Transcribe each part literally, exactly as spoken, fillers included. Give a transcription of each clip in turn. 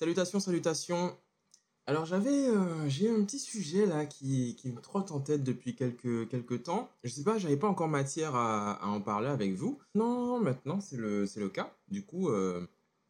Salutations, salutations. Alors j'avais, euh, j'ai un petit sujet là qui, qui me trotte en tête depuis quelques, quelques temps. Je sais pas, j'avais pas encore matière à, à en parler avec vous. Non, maintenant c'est le, c'est le cas. Du coup, euh,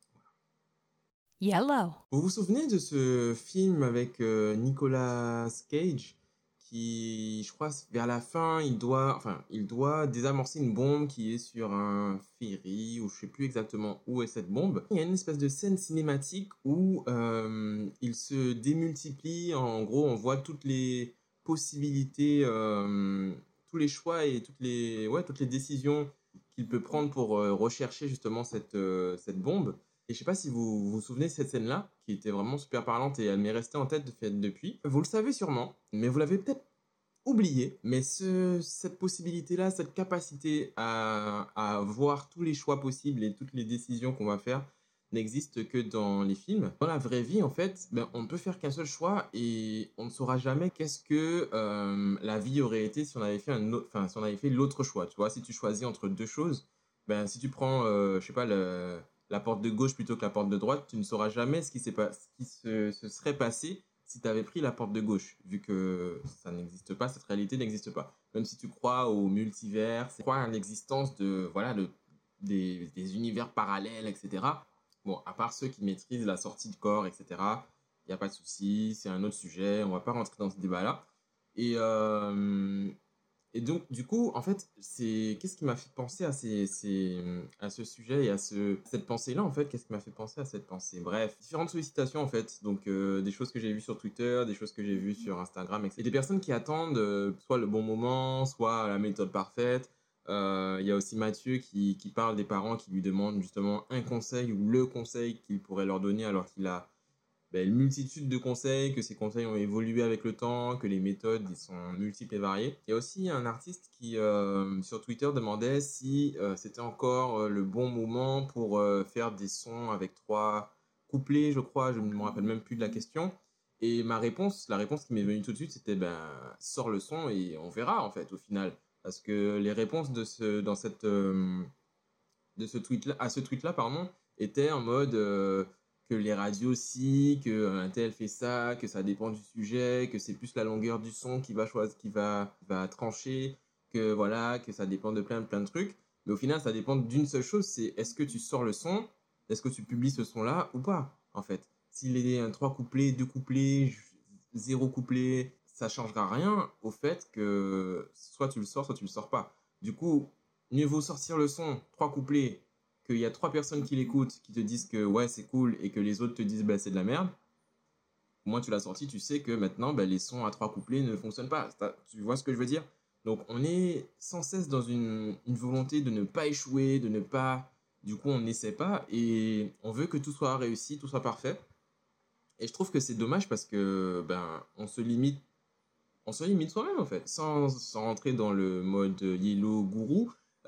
Yellow. vous vous souvenez de ce film avec euh, Nicolas Cage qui, je crois, vers la fin, il doit, enfin, il doit désamorcer une bombe qui est sur un ferry ou je sais plus exactement où est cette bombe. Il y a une espèce de scène cinématique où euh, il se démultiplie. En gros, on voit toutes les possibilités, euh, tous les choix et toutes les, ouais, toutes les décisions qu'il peut prendre pour euh, rechercher justement cette, euh, cette bombe. Et je sais pas si vous vous, vous souvenez de cette scène-là, qui était vraiment super parlante et elle m'est restée en tête de fait depuis. Vous le savez sûrement, mais vous l'avez peut-être oublié. Mais ce, cette possibilité-là, cette capacité à, à voir tous les choix possibles et toutes les décisions qu'on va faire n'existe que dans les films. Dans la vraie vie, en fait, ben, on ne peut faire qu'un seul choix et on ne saura jamais qu'est-ce que euh, la vie aurait été si on avait fait un autre, enfin, si on avait fait l'autre choix. Tu vois, si tu choisis entre deux choses, ben, si tu prends, euh, je sais pas, le la porte de gauche plutôt que la porte de droite, tu ne sauras jamais ce qui, s'est pas, ce qui se, se serait passé si tu avais pris la porte de gauche, vu que ça n'existe pas, cette réalité n'existe pas. Même si tu crois au multivers, tu crois à l'existence de, voilà, de, des, des univers parallèles, et cetera. Bon, à part ceux qui maîtrisent la sortie de corps, et cetera, il n'y a pas de souci, c'est un autre sujet, on ne va pas rentrer dans ce débat-là. Et, euh, et donc, du coup, en fait, c'est qu'est-ce qui m'a fait penser à, ces, ces, à ce sujet et à ce, cette pensée-là, en fait, qu'est-ce qui m'a fait penser à cette pensée? Bref, différentes sollicitations, en fait. Donc, euh, des choses que j'ai vues sur Twitter, des choses que j'ai vues sur Instagram, et cetera. Et des personnes qui attendent euh, soit le bon moment, soit la méthode parfaite. Euh, Il y a aussi Mathieu qui, qui parle des parents qui lui demandent justement un conseil ou le conseil qu'il pourrait leur donner alors qu'il a ben, une multitude de conseils, que ces conseils ont évolué avec le temps, que les méthodes ils sont multiples et variées. Il y a aussi un artiste qui, euh, sur Twitter, demandait si euh, c'était encore euh, le bon moment pour euh, faire des sons avec trois couplets, je crois, je ne me rappelle même plus de la question. Et ma réponse, la réponse qui m'est venue tout de suite, c'était ben, sors le son et on verra en fait au final. Parce que les réponses de ce, dans cette, euh, de ce tweet-là, à ce tweet-là, pardon, étaient en mode euh, que les radios si, que un tel fait ça, que ça dépend du sujet, que c'est plus la longueur du son qui va choisir, qui va, va trancher, que voilà, que ça dépend de plein, plein de trucs. Mais au final, ça dépend d'une seule chose, c'est est-ce que tu sors le son, est-ce que tu publies ce son-là ou pas, en fait. S'il est un trois couplets, deux couplets, zéro couplet, ça changera rien au fait que soit tu le sors, soit tu le sors pas. Du coup, mieux vaut sortir le son, trois couplets, qu'il y a trois personnes qui l'écoutent, qui te disent que ouais c'est cool et que les autres te disent bah c'est de la merde. Au moins tu l'as sorti, tu sais que maintenant bah, les sons à trois couplets ne fonctionnent pas. Tu vois ce que je veux dire? Donc on est sans cesse dans une, une volonté de ne pas échouer, de ne pas... Du coup on n'essaie pas et on veut que tout soit réussi, tout soit parfait. Et je trouve que c'est dommage parce que ben on se limite on se limite soi-même en fait, sans, sans rentrer dans le mode yellow gourou.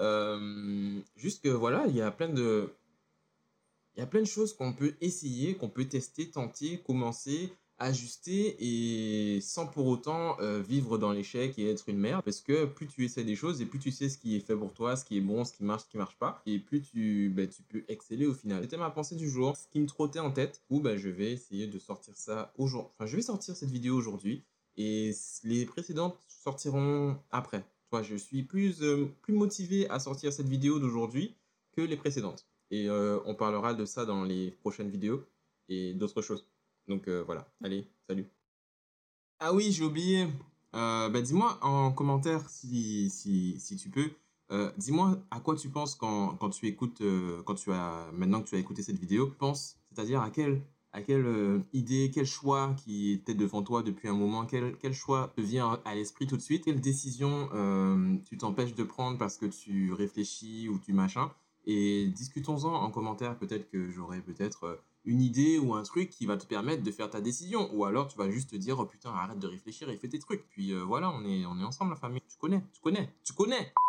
Euh, juste que voilà, il y a plein de, il y a plein de choses qu'on peut essayer, qu'on peut tester, tenter, commencer, ajuster et sans pour autant euh, vivre dans l'échec et être une merde. Parce que plus tu essaies des choses et plus tu sais ce qui est fait pour toi, ce qui est bon, ce qui marche, ce qui marche pas, et plus tu, ben, tu peux exceller au final. C'était ma pensée du jour, ce qui me trottait en tête, où ben, je vais essayer de sortir ça aujourd'hui. Enfin, je vais sortir cette vidéo aujourd'hui et les précédentes sortiront après. Tu vois, je suis plus, euh, plus motivé à sortir cette vidéo d'aujourd'hui que les précédentes. Et euh, on parlera de ça dans les prochaines vidéos et d'autres choses. Donc euh, voilà, allez, salut. Ah oui, j'ai oublié. Euh, bah, dis-moi en commentaire si, si, si tu peux. Euh, dis-moi à quoi tu penses quand, quand tu écoutes, euh, quand tu as, maintenant que tu as écouté cette vidéo, pense, c'est-à-dire à quelle, à quelle euh, idée, quel choix qui était devant toi depuis un moment, quel, quel choix te vient à l'esprit tout de suite, quelle décision euh, tu t'empêches de prendre parce que tu réfléchis ou tu machin. Et discutons-en en commentaire, peut-être que j'aurai peut-être euh, une idée ou un truc qui va te permettre de faire ta décision. Ou alors tu vas juste te dire, oh putain, arrête de réfléchir et fais tes trucs. Puis euh, voilà, on est, on est ensemble la famille. Tu connais, tu connais, tu connais.